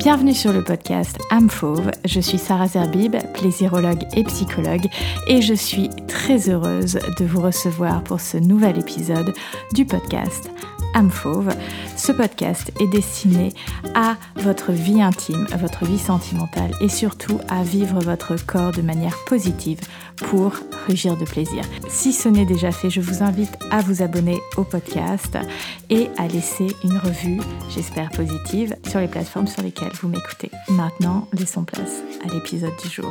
Bienvenue sur le podcast âme fauve, je suis Sarah Zerbib, plaisirologue et psychologue et je suis très heureuse de vous recevoir pour ce nouvel épisode du podcast âme fauve. Ce podcast est destiné à votre vie intime, à votre vie sentimentale et surtout à vivre votre corps de manière positive pour rugir de plaisir. Si ce n'est déjà fait, je vous invite à vous abonner au podcast et à laisser une revue, j'espère positive, sur les plateformes sur lesquelles vous m'écoutez. Maintenant, laissons place à l'épisode du jour.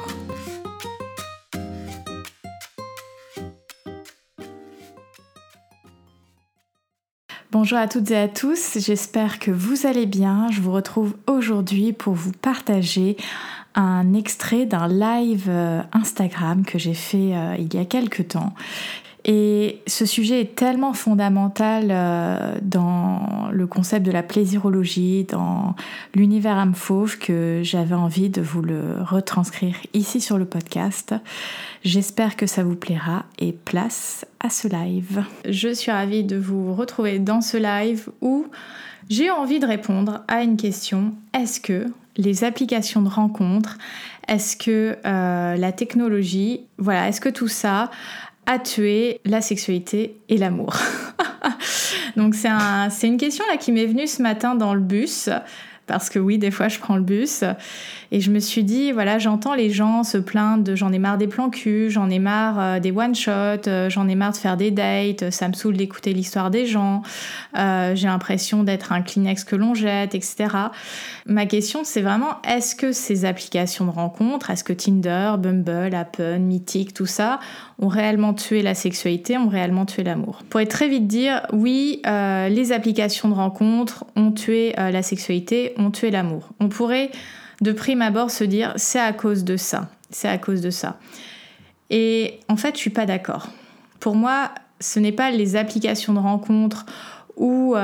Bonjour à toutes et à tous, j'espère que vous allez bien. Je vous retrouve aujourd'hui pour vous partager un extrait d'un live Instagram que j'ai fait il y a quelques temps. Et ce sujet est tellement fondamental dans le concept de la plaisirologie, dans l'univers âme fauve, que j'avais envie de vous le retranscrire ici sur le podcast. J'espère que ça vous plaira et place à ce live. Je suis ravie de vous retrouver dans ce live où j'ai envie de répondre à une question. Est-ce que les applications de rencontres, est-ce que la technologie, est-ce que tout ça a tué la sexualité et l'amour? Donc c'est une question là qui m'est venue ce matin dans le bus, parce que oui, des fois je prends le bus et je me suis dit, j'entends les gens se plaindre de j'en ai marre des plans cul, j'en ai marre des one-shots, j'en ai marre de faire des dates, ça me saoule d'écouter l'histoire des gens, j'ai l'impression d'être un Kleenex que l'on jette, etc. Ma question, c'est vraiment, est-ce que ces applications de rencontres, est-ce que Tinder, Bumble, Happn, Mythique, tout ça, ont réellement tué la sexualité, ont réellement tué l'amour? Pour être très vite dire, oui, les applications de rencontres ont tué la sexualité, ont tué l'amour. On pourrait de prime abord se dire, c'est à cause de ça, c'est à cause de ça. Et en fait, je suis pas d'accord. Pour moi, ce n'est pas les applications de rencontres ou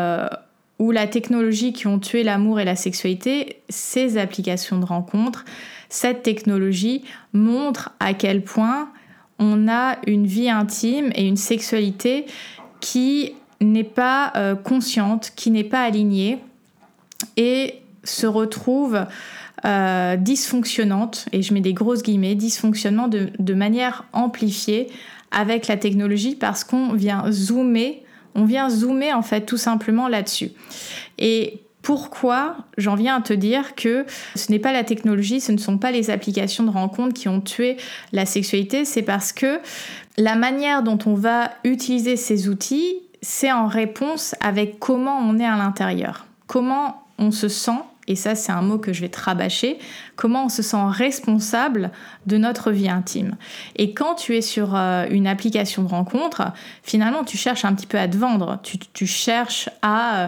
la technologie qui ont tué l'amour et la sexualité. Ces applications de rencontres, cette technologie montre à quel point on a une vie intime et une sexualité qui n'est pas consciente, qui n'est pas alignée et se retrouve dysfonctionnante, et je mets des grosses guillemets, dysfonctionnement de manière amplifiée avec la technologie, parce qu'on vient zoomer en fait tout simplement là-dessus. Et pourquoi j'en viens à te dire que ce n'est pas la technologie, ce ne sont pas les applications de rencontres qui ont tué la sexualité, c'est parce que la manière dont on va utiliser ces outils, c'est en réponse avec comment on est à l'intérieur, comment on se sent, et ça c'est un mot que je vais te rabâcher, comment on se sent responsable de notre vie intime. Et quand tu es sur une application de rencontre, finalement tu cherches un petit peu à te vendre, tu cherches à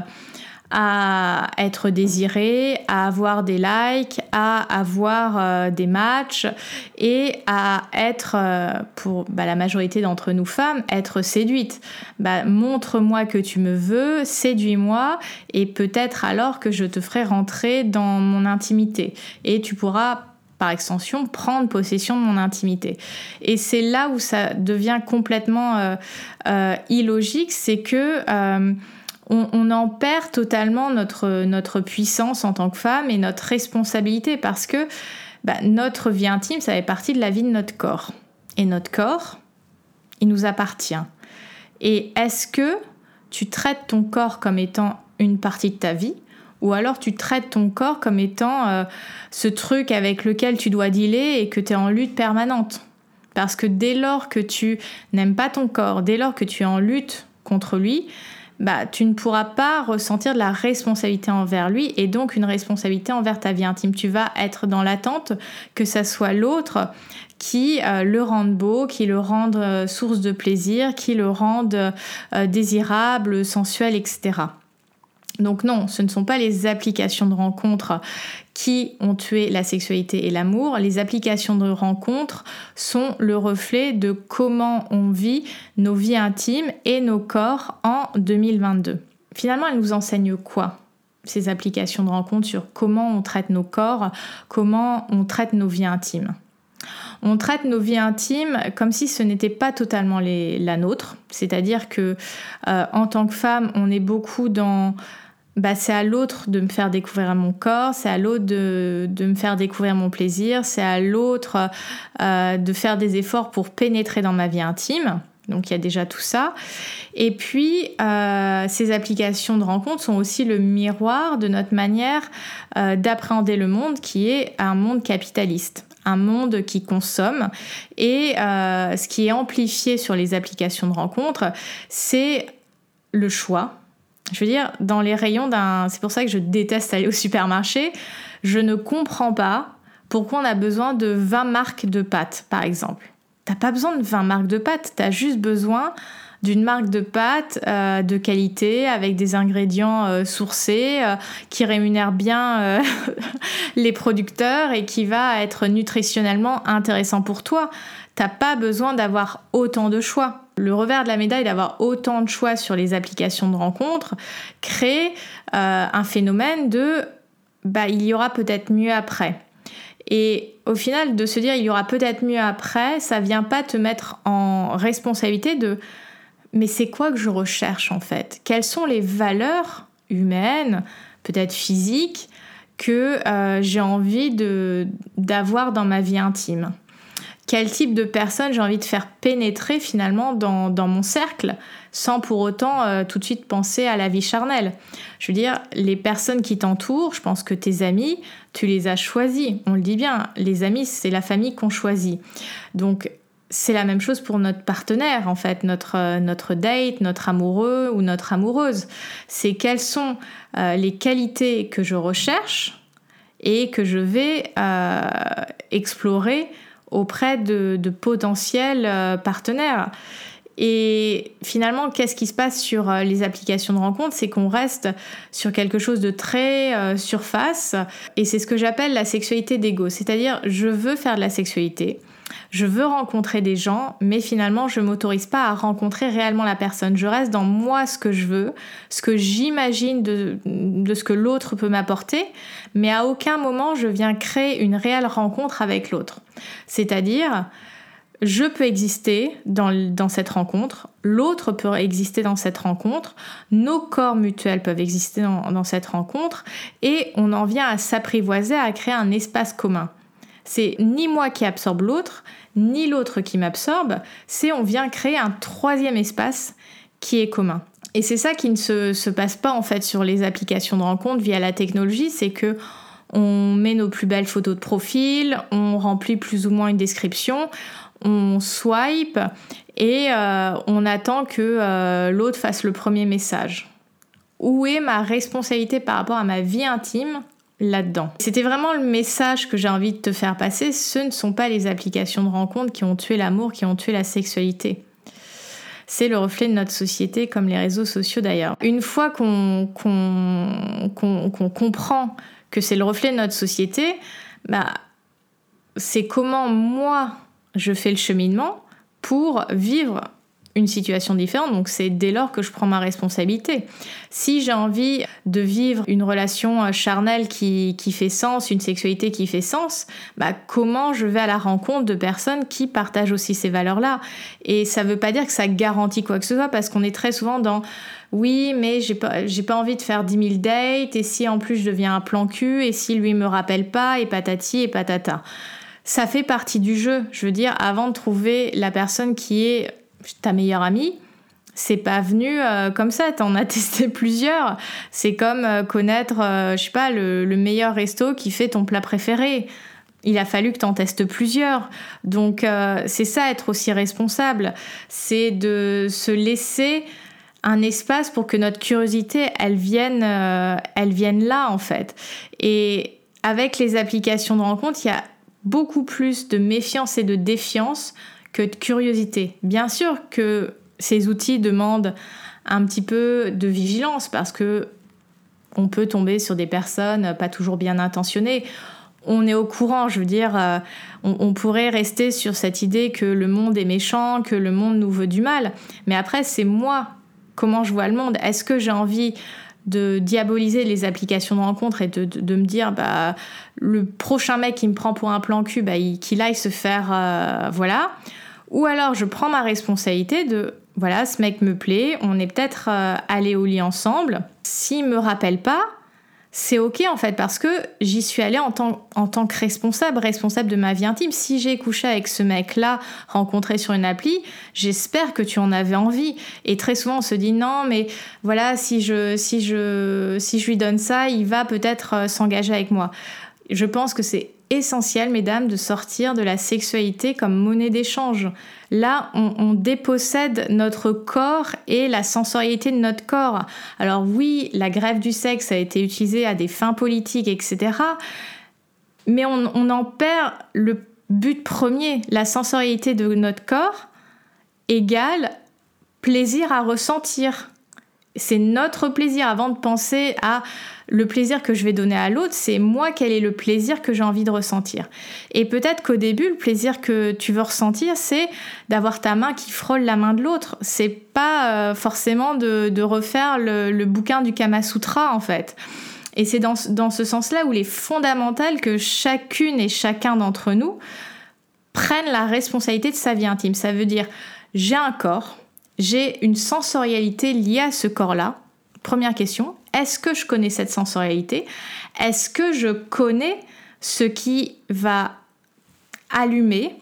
être désiré, à avoir des likes, à avoir des matchs et à être, pour la majorité d'entre nous femmes, être séduite. Montre-moi que tu me veux, séduis-moi et peut-être alors que je te ferai rentrer dans mon intimité. Et tu pourras, par extension, prendre possession de mon intimité. Et c'est là où ça devient complètement illogique, c'est que on en perd totalement notre puissance en tant que femme et notre responsabilité, parce que notre vie intime, ça fait partie de la vie de notre corps. Et notre corps, il nous appartient. Et est-ce que tu traites ton corps comme étant une partie de ta vie, ou alors tu traites ton corps comme étant ce truc avec lequel tu dois dealer et que tu es en lutte permanente? Parce que dès lors que tu n'aimes pas ton corps, dès lors que tu es en lutte contre lui, tu ne pourras pas ressentir de la responsabilité envers lui et donc une responsabilité envers ta vie intime. Tu vas être dans l'attente que ça soit l'autre qui le rende beau, qui le rende source de plaisir, qui le rende désirable, sensuel, etc. Donc non, ce ne sont pas les applications de rencontres qui ont tué la sexualité et l'amour. Les applications de rencontres sont le reflet de comment on vit nos vies intimes et nos corps en 2022. Finalement, elles nous enseignent quoi, ces applications de rencontres, sur comment on traite nos corps, comment on traite nos vies intimes? On traite nos vies intimes comme si ce n'était pas totalement la nôtre, c'est-à-dire que en tant que femme, on est beaucoup dans c'est à l'autre de me faire découvrir mon corps, c'est à l'autre de me faire découvrir mon plaisir, c'est à l'autre de faire des efforts pour pénétrer dans ma vie intime. Donc il y a déjà tout ça. Et puis ces applications de rencontres sont aussi le miroir de notre manière d'appréhender le monde, qui est un monde capitaliste, un monde qui consomme. Et ce qui est amplifié sur les applications de rencontres, c'est le choix. Je veux dire, dans les rayons c'est pour ça que je déteste aller au supermarché. Je ne comprends pas pourquoi on a besoin de 20 marques de pâtes, par exemple. T'as pas besoin de 20 marques de pâtes, t'as juste besoin d'une marque de pâtes de qualité, avec des ingrédients sourcés, qui rémunèrent bien les producteurs et qui va être nutritionnellement intéressant pour toi. T'as pas besoin d'avoir autant de choix. Le revers de la médaille d'avoir autant de choix sur les applications de rencontres crée un phénomène de il y aura peut-être mieux après. Et au final, de se dire il y aura peut-être mieux après, ça vient pas te mettre en responsabilité de mais c'est quoi que je recherche en fait ? Quelles sont les valeurs humaines, peut-être physiques, que j'ai envie d'avoir dans ma vie intime ? Quel type de personne j'ai envie de faire pénétrer finalement dans mon cercle, sans pour autant tout de suite penser à la vie charnelle. Je veux dire, les personnes qui t'entourent, je pense que tes amis, tu les as choisis. On le dit bien, les amis, c'est la famille qu'on choisit. Donc, c'est la même chose pour notre partenaire, en fait, notre date, notre amoureux ou notre amoureuse. C'est quelles sont les qualités que je recherche et que je vais explorer auprès de potentiels partenaires. Et finalement, qu'est-ce qui se passe sur les applications de rencontres ? C'est qu'on reste sur quelque chose de très surface, et c'est ce que j'appelle la sexualité d'ego. C'est-à-dire, je veux faire de la sexualité, je veux rencontrer des gens, mais finalement, je ne m'autorise pas à rencontrer réellement la personne. Je reste dans moi ce que je veux, ce que j'imagine de ce que l'autre peut m'apporter, mais à aucun moment, je viens créer une réelle rencontre avec l'autre. C'est-à-dire, je peux exister dans cette rencontre, l'autre peut exister dans cette rencontre, nos corps mutuels peuvent exister dans cette rencontre, et on en vient à s'apprivoiser, à créer un espace commun. C'est ni moi qui absorbe l'autre, ni l'autre qui m'absorbe, c'est on vient créer un troisième espace qui est commun. Et c'est ça qui ne se passe pas en fait sur les applications de rencontres via la technologie, c'est que on met nos plus belles photos de profil, on remplit plus ou moins une description, on swipe et on attend que l'autre fasse le premier message. Où est ma responsabilité par rapport à ma vie intime là-dedans ? C'était vraiment le message que j'ai envie de te faire passer. Ce ne sont pas les applications de rencontres qui ont tué l'amour, qui ont tué la sexualité. C'est le reflet de notre société, comme les réseaux sociaux d'ailleurs. Une fois qu'on comprend que c'est le reflet de notre société, c'est comment moi je fais le cheminement pour vivre une situation différente. Donc c'est dès lors que je prends ma responsabilité. Si j'ai envie de vivre une relation charnelle qui fait sens, une sexualité qui fait sens, comment je vais à la rencontre de personnes qui partagent aussi ces valeurs-là ? Et ça veut pas dire que ça garantit quoi que ce soit, parce qu'on est très souvent dans oui, mais j'ai pas envie de faire 10 000 dates, et si en plus je deviens un plan cul, et si lui me rappelle pas, et patati et patata. Ça fait partie du jeu. Je veux dire, avant de trouver la personne qui est ta meilleure amie, c'est pas venu comme ça, t'en as testé plusieurs. C'est comme connaître, le meilleur resto qui fait ton plat préféré. Il a fallu que t'en testes plusieurs. Donc c'est ça, être aussi responsable. C'est de se laisser un espace pour que notre curiosité, elle vienne là, en fait. Et avec les applications de rencontres, il y a beaucoup plus de méfiance et de défiance que de curiosité. Bien sûr que ces outils demandent un petit peu de vigilance, parce que on peut tomber sur des personnes pas toujours bien intentionnées. On est au courant, je veux dire, on pourrait rester sur cette idée que le monde est méchant, que le monde nous veut du mal. Mais après, c'est moi, comment je vois le monde. Est-ce que j'ai envie de diaboliser les applications de rencontres et de me dire le prochain mec qui me prend pour un plan cul, qu'il aille se faire voilà. Ou alors je prends ma responsabilité de voilà, ce mec me plaît, on est peut-être allé au lit ensemble. s'il me rappelle pas, c'est ok en fait, parce que j'y suis allée en tant que responsable de ma vie intime. Si j'ai couché avec ce mec-là rencontré sur une appli, j'espère que tu en avais envie. Et très souvent on se dit non, mais voilà, si je lui donne ça, il va peut-être s'engager avec moi. Je pense que c'est essentiel, mesdames, de sortir de la sexualité comme monnaie d'échange. Là, on dépossède notre corps et la sensorialité de notre corps. Alors oui, la grève du sexe a été utilisée à des fins politiques, etc. Mais on en perd le but premier. La sensorialité de notre corps égale plaisir à ressentir. C'est notre plaisir. Avant de penser à le plaisir que je vais donner à l'autre, c'est moi quel est le plaisir que j'ai envie de ressentir. Et peut-être qu'au début, le plaisir que tu veux ressentir, c'est d'avoir ta main qui frôle la main de l'autre. C'est pas forcément de refaire le bouquin du Kama Sutra, en fait. Et c'est dans ce sens-là où il est fondamental que chacune et chacun d'entre nous prenne la responsabilité de sa vie intime. Ça veut dire, j'ai un corps, j'ai une sensorialité liée à ce corps-là. Première question, est-ce que je connais cette sensorialité ? Est-ce que je connais ce qui va allumer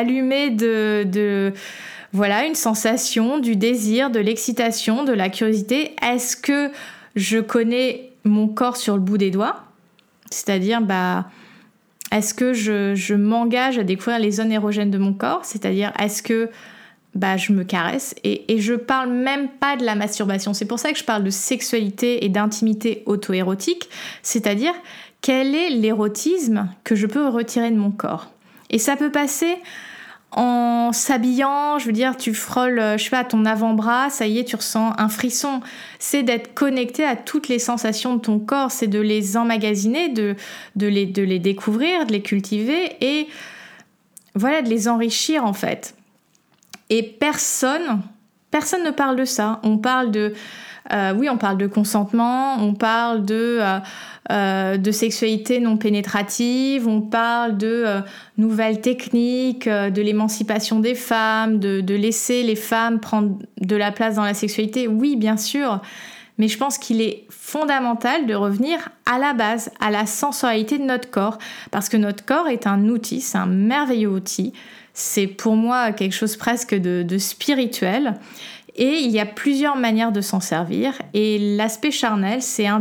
voilà, une sensation, du désir, de l'excitation, de la curiosité ? Est-ce que je connais mon corps sur le bout des doigts ? C'est-à-dire, est-ce que je m'engage à découvrir les zones érogènes de mon corps ? C'est-à-dire, est-ce que je me caresse, et je parle même pas de la masturbation. C'est pour ça que je parle de sexualité et d'intimité auto-érotique, c'est-à-dire quel est l'érotisme que je peux retirer de mon corps. Et ça peut passer en s'habillant, je veux dire, tu frôles, je sais pas, ton avant-bras, ça y est, tu ressens un frisson. C'est d'être connecté à toutes les sensations de ton corps, c'est de les emmagasiner, de les découvrir, de les cultiver, et voilà, de les enrichir en fait. Et personne ne parle de ça. On parle on parle de consentement, on parle de sexualité non pénétrative, on parle de nouvelles techniques, de l'émancipation des femmes, de laisser les femmes prendre de la place dans la sexualité. Oui, bien sûr, mais je pense qu'il est fondamental de revenir à la base, à la sensorialité de notre corps, parce que notre corps est un outil, c'est un merveilleux outil. C'est pour moi quelque chose presque de spirituel. Et il y a plusieurs manières de s'en servir. Et l'aspect charnel, c'est c'est un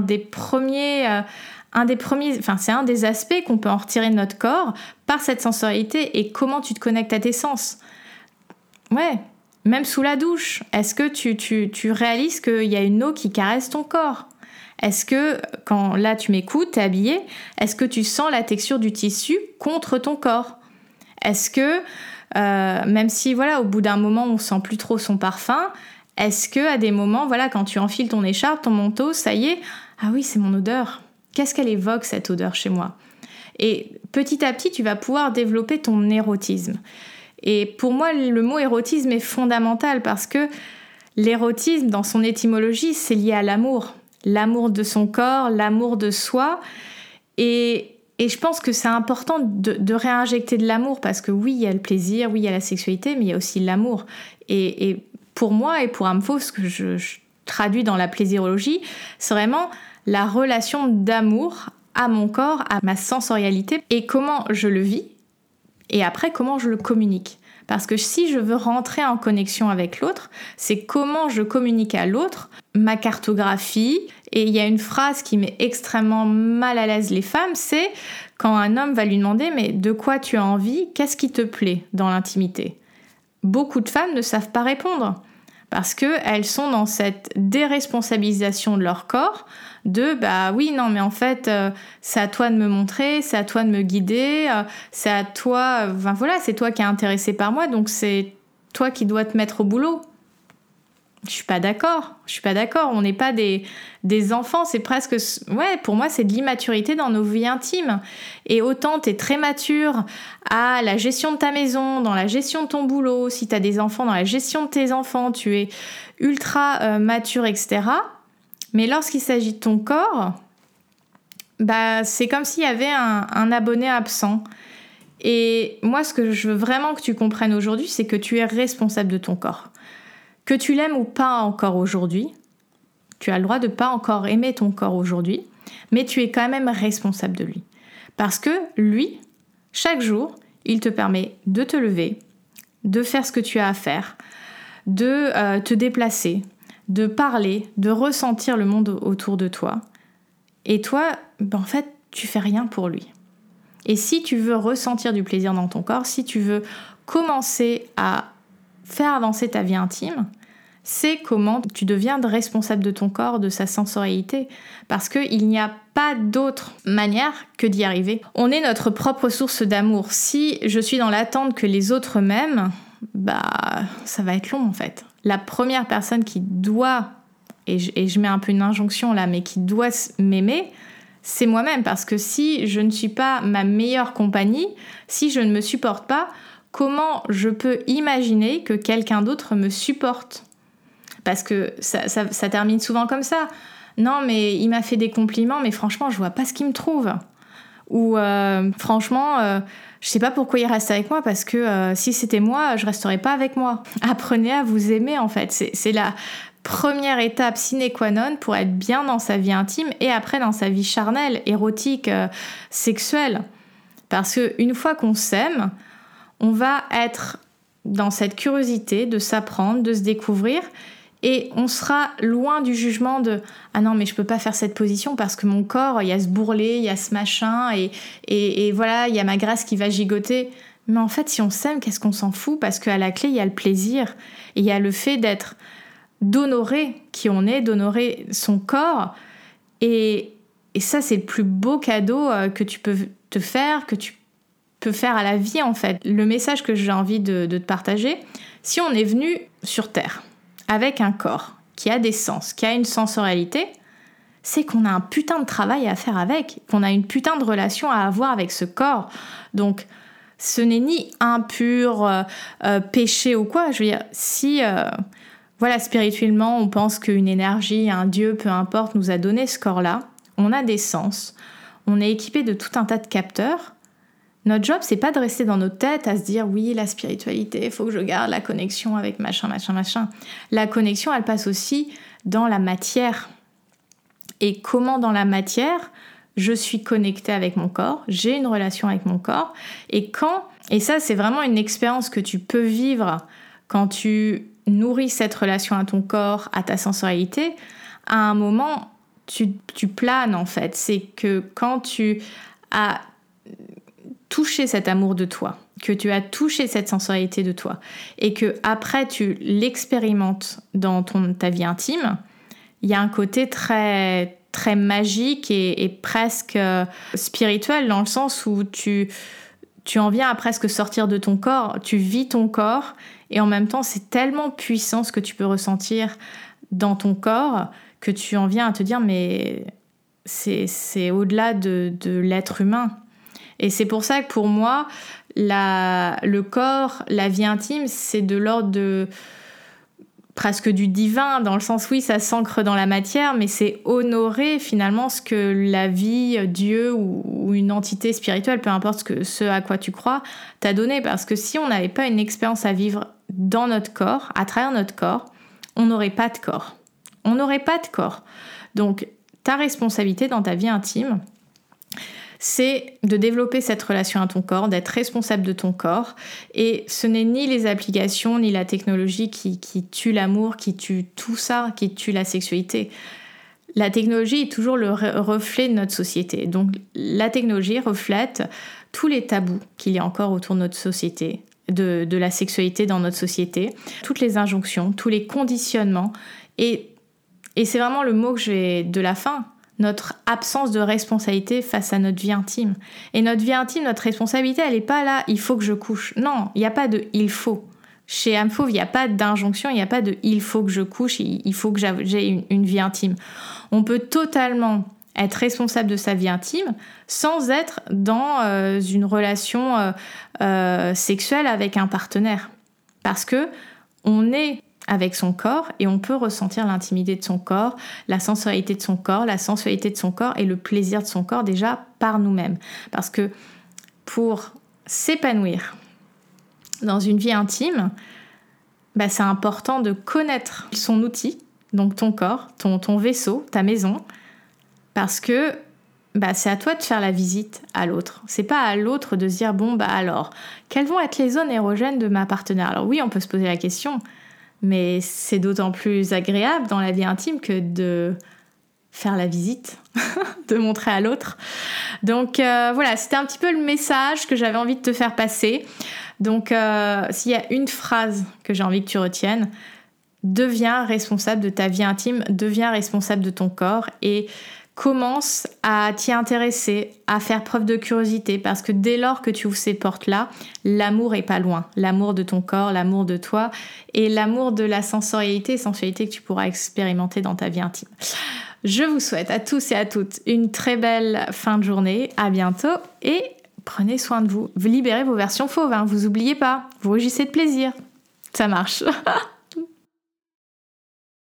des aspects qu'on peut en retirer de notre corps par cette sensorialité et comment tu te connectes à tes sens. Ouais, même sous la douche. Est-ce que tu réalises qu'il y a une eau qui caresse ton corps ? Est-ce que, quand là tu m'écoutes, t'es habillée, est-ce que tu sens la texture du tissu contre ton corps ? Est-ce que, même si voilà, au bout d'un moment on sent plus trop son parfum, est-ce que à des moments, voilà, quand tu enfiles ton écharpe, ton manteau, ça y est, ah oui, c'est mon odeur. Qu'est-ce qu'elle évoque cette odeur chez moi ? Et petit à petit, tu vas pouvoir développer ton érotisme. Et pour moi, le mot érotisme est fondamental parce que l'érotisme, dans son étymologie, c'est lié à l'amour. L'amour de son corps, l'amour de soi. Et je pense que c'est important de réinjecter de l'amour parce que oui, il y a le plaisir, oui, il y a la sexualité, mais il y a aussi l'amour. Et pour moi et pour Amfo, ce que je traduis dans la plaisirologie, c'est vraiment la relation d'amour à mon corps, à ma sensorialité et comment je le vis et après comment je le communique. Parce que si je veux rentrer en connexion avec l'autre, c'est comment je communique à l'autre, ma cartographie. Et il y a une phrase qui met extrêmement mal à l'aise les femmes, c'est quand un homme va lui demander « mais de quoi tu as envie ? Qu'est-ce qui te plaît dans l'intimité ?» Beaucoup de femmes ne savent pas répondre parce qu'elles sont dans cette déresponsabilisation de leur corps de oui, non, mais en fait, c'est à toi de me montrer, c'est à toi de me guider, c'est à toi, c'est toi qui es intéressé par moi, donc c'est toi qui dois te mettre au boulot. Je suis pas d'accord, on n'est pas des enfants, c'est presque, pour moi c'est de l'immaturité dans nos vies intimes. Et autant t'es très mature à la gestion de ta maison, dans la gestion de ton boulot, si t'as des enfants, dans la gestion de tes enfants, tu es ultra mature, etc. Mais lorsqu'il s'agit de ton corps, c'est comme s'il y avait un abonné absent. Et moi, ce que je veux vraiment que tu comprennes aujourd'hui, c'est que tu es responsable de ton corps. Que tu l'aimes ou pas encore aujourd'hui, Tu as le droit de ne pas encore aimer ton corps aujourd'hui, mais tu es quand même responsable de lui. Parce que lui, chaque jour, il te permet de te lever, de faire ce que tu as à faire, de te déplacer, de parler, de ressentir le monde autour de toi. Et toi, en fait, tu fais rien pour lui. Et si tu veux ressentir du plaisir dans ton corps, si tu veux commencer à faire avancer ta vie intime, c'est comment tu deviens responsable de ton corps, de sa sensorialité. Parce qu'il n'y a pas d'autre manière que d'y arriver. On est notre propre source d'amour. Si je suis dans l'attente que les autres m'aiment, ça va être long en fait. La première personne qui doit, et je mets un peu une injonction là, mais qui doit m'aimer, c'est moi-même. Parce que si je ne suis pas ma meilleure compagnie, si je ne me supporte pas, comment je peux imaginer que quelqu'un d'autre me supporte ? Parce que ça termine souvent comme ça. Non, mais il m'a fait des compliments, mais franchement, je vois pas ce qu'il me trouve. Ou franchement, je sais pas pourquoi il reste avec moi, parce que si c'était moi, je resterais pas avec moi. Apprenez à vous aimer, en fait. C'est la première étape sine qua non pour être bien dans sa vie intime et après dans sa vie charnelle, érotique, sexuelle. Parce qu'une fois qu'on s'aime, on va être dans cette curiosité de s'apprendre, de se découvrir. Et on sera loin du jugement de « Ah non, mais je peux pas faire cette position parce que mon corps, il y a ce bourrelet, il y a ce machin, et voilà, il y a ma graisse qui va gigoter. » Mais en fait, si on s'aime, qu'est-ce qu'on s'en fout ? Parce qu'à la clé, il y a le plaisir. Et il y a le fait d'honorer qui on est, d'honorer son corps. Et ça, c'est le plus beau cadeau que tu peux te faire, que tu peux faire à la vie, en fait. Le message que j'ai envie de te partager, si on est venu sur Terre avec un corps qui a des sens, qui a une sensorialité, c'est qu'on a un putain de travail à faire avec, qu'on a une putain de relation à avoir avec ce corps. Donc, ce n'est ni impur, péché ou quoi. Je veux dire, si, spirituellement, on pense qu'une énergie, un dieu, peu importe, nous a donné ce corps-là, on a des sens, on est équipé de tout un tas de capteurs. Notre job, c'est pas de rester dans notre tête à se dire « Oui, la spiritualité, il faut que je garde la connexion avec machin. » La connexion, elle passe aussi dans la matière. Et comment dans la matière, je suis connectée avec mon corps, j'ai une relation avec mon corps. Et ça, c'est vraiment une expérience que tu peux vivre quand tu nourris cette relation à ton corps, à ta sensorialité. À un moment, tu planes en fait. C'est que quand tu as toucher cet amour de toi, que tu as touché cette sensorialité de toi et que après tu l'expérimentes dans ta vie intime, il y a un côté très, très magique et presque spirituel dans le sens où tu en viens à presque sortir de ton corps, tu vis ton corps et en même temps c'est tellement puissant ce que tu peux ressentir dans ton corps que tu en viens à te dire mais c'est au-delà de l'être humain. Et c'est pour ça que pour moi, le corps, la vie intime, c'est de l'ordre de presque du divin, dans le sens, oui, ça s'ancre dans la matière, mais c'est honorer finalement ce que la vie, Dieu ou une entité spirituelle, peu importe ce à quoi tu crois, t'a donné. Parce que si on n'avait pas une expérience à vivre dans notre corps, à travers notre corps, on n'aurait pas de corps. On n'aurait pas de corps. Donc, ta responsabilité dans ta vie intime, c'est de développer cette relation à ton corps, d'être responsable de ton corps. Et ce n'est ni les applications, ni la technologie qui tue l'amour, qui tue tout ça, qui tue la sexualité. La technologie est toujours le reflet de notre société. Donc la technologie reflète tous les tabous qu'il y a encore autour de notre société, de la sexualité dans notre société, toutes les injonctions, tous les conditionnements. Et c'est vraiment le mot que je vais de la fin. Notre absence de responsabilité face à notre vie intime. Et notre vie intime, notre responsabilité, elle n'est pas là, il faut que je couche. Non, il n'y a pas de « il faut ». Chez âme fauve, il n'y a pas d'injonction, il n'y a pas de « il faut que je couche », il faut que j'ai une vie intime. On peut totalement être responsable de sa vie intime sans être dans une relation sexuelle avec un partenaire. Parce que on est avec son corps et on peut ressentir l'intimité de son corps, la sensorialité de son corps, la sensualité de son corps et le plaisir de son corps déjà par nous-mêmes. Parce que pour s'épanouir dans une vie intime, c'est important de connaître son outil, donc ton corps, ton vaisseau, ta maison, parce que c'est à toi de faire la visite à l'autre. C'est pas à l'autre de se dire, alors, quelles vont être les zones érogènes de ma partenaire? Alors oui, on peut se poser la question, mais c'est d'autant plus agréable dans la vie intime que de faire la visite, de montrer à l'autre. Donc voilà, c'était un petit peu le message que j'avais envie de te faire passer. Donc s'il y a une phrase que j'ai envie que tu retiennes, deviens responsable de ta vie intime, deviens responsable de ton corps et commence à t'y intéresser, à faire preuve de curiosité, parce que dès lors que tu ouvres ces portes-là, l'amour est pas loin. L'amour de ton corps, l'amour de toi et l'amour de la sensualité que tu pourras expérimenter dans ta vie intime. Je vous souhaite à tous et à toutes une très belle fin de journée. À bientôt et prenez soin de vous. Libérez vos versions fauves, vous oubliez pas. Vous rougissez de plaisir. Ça marche.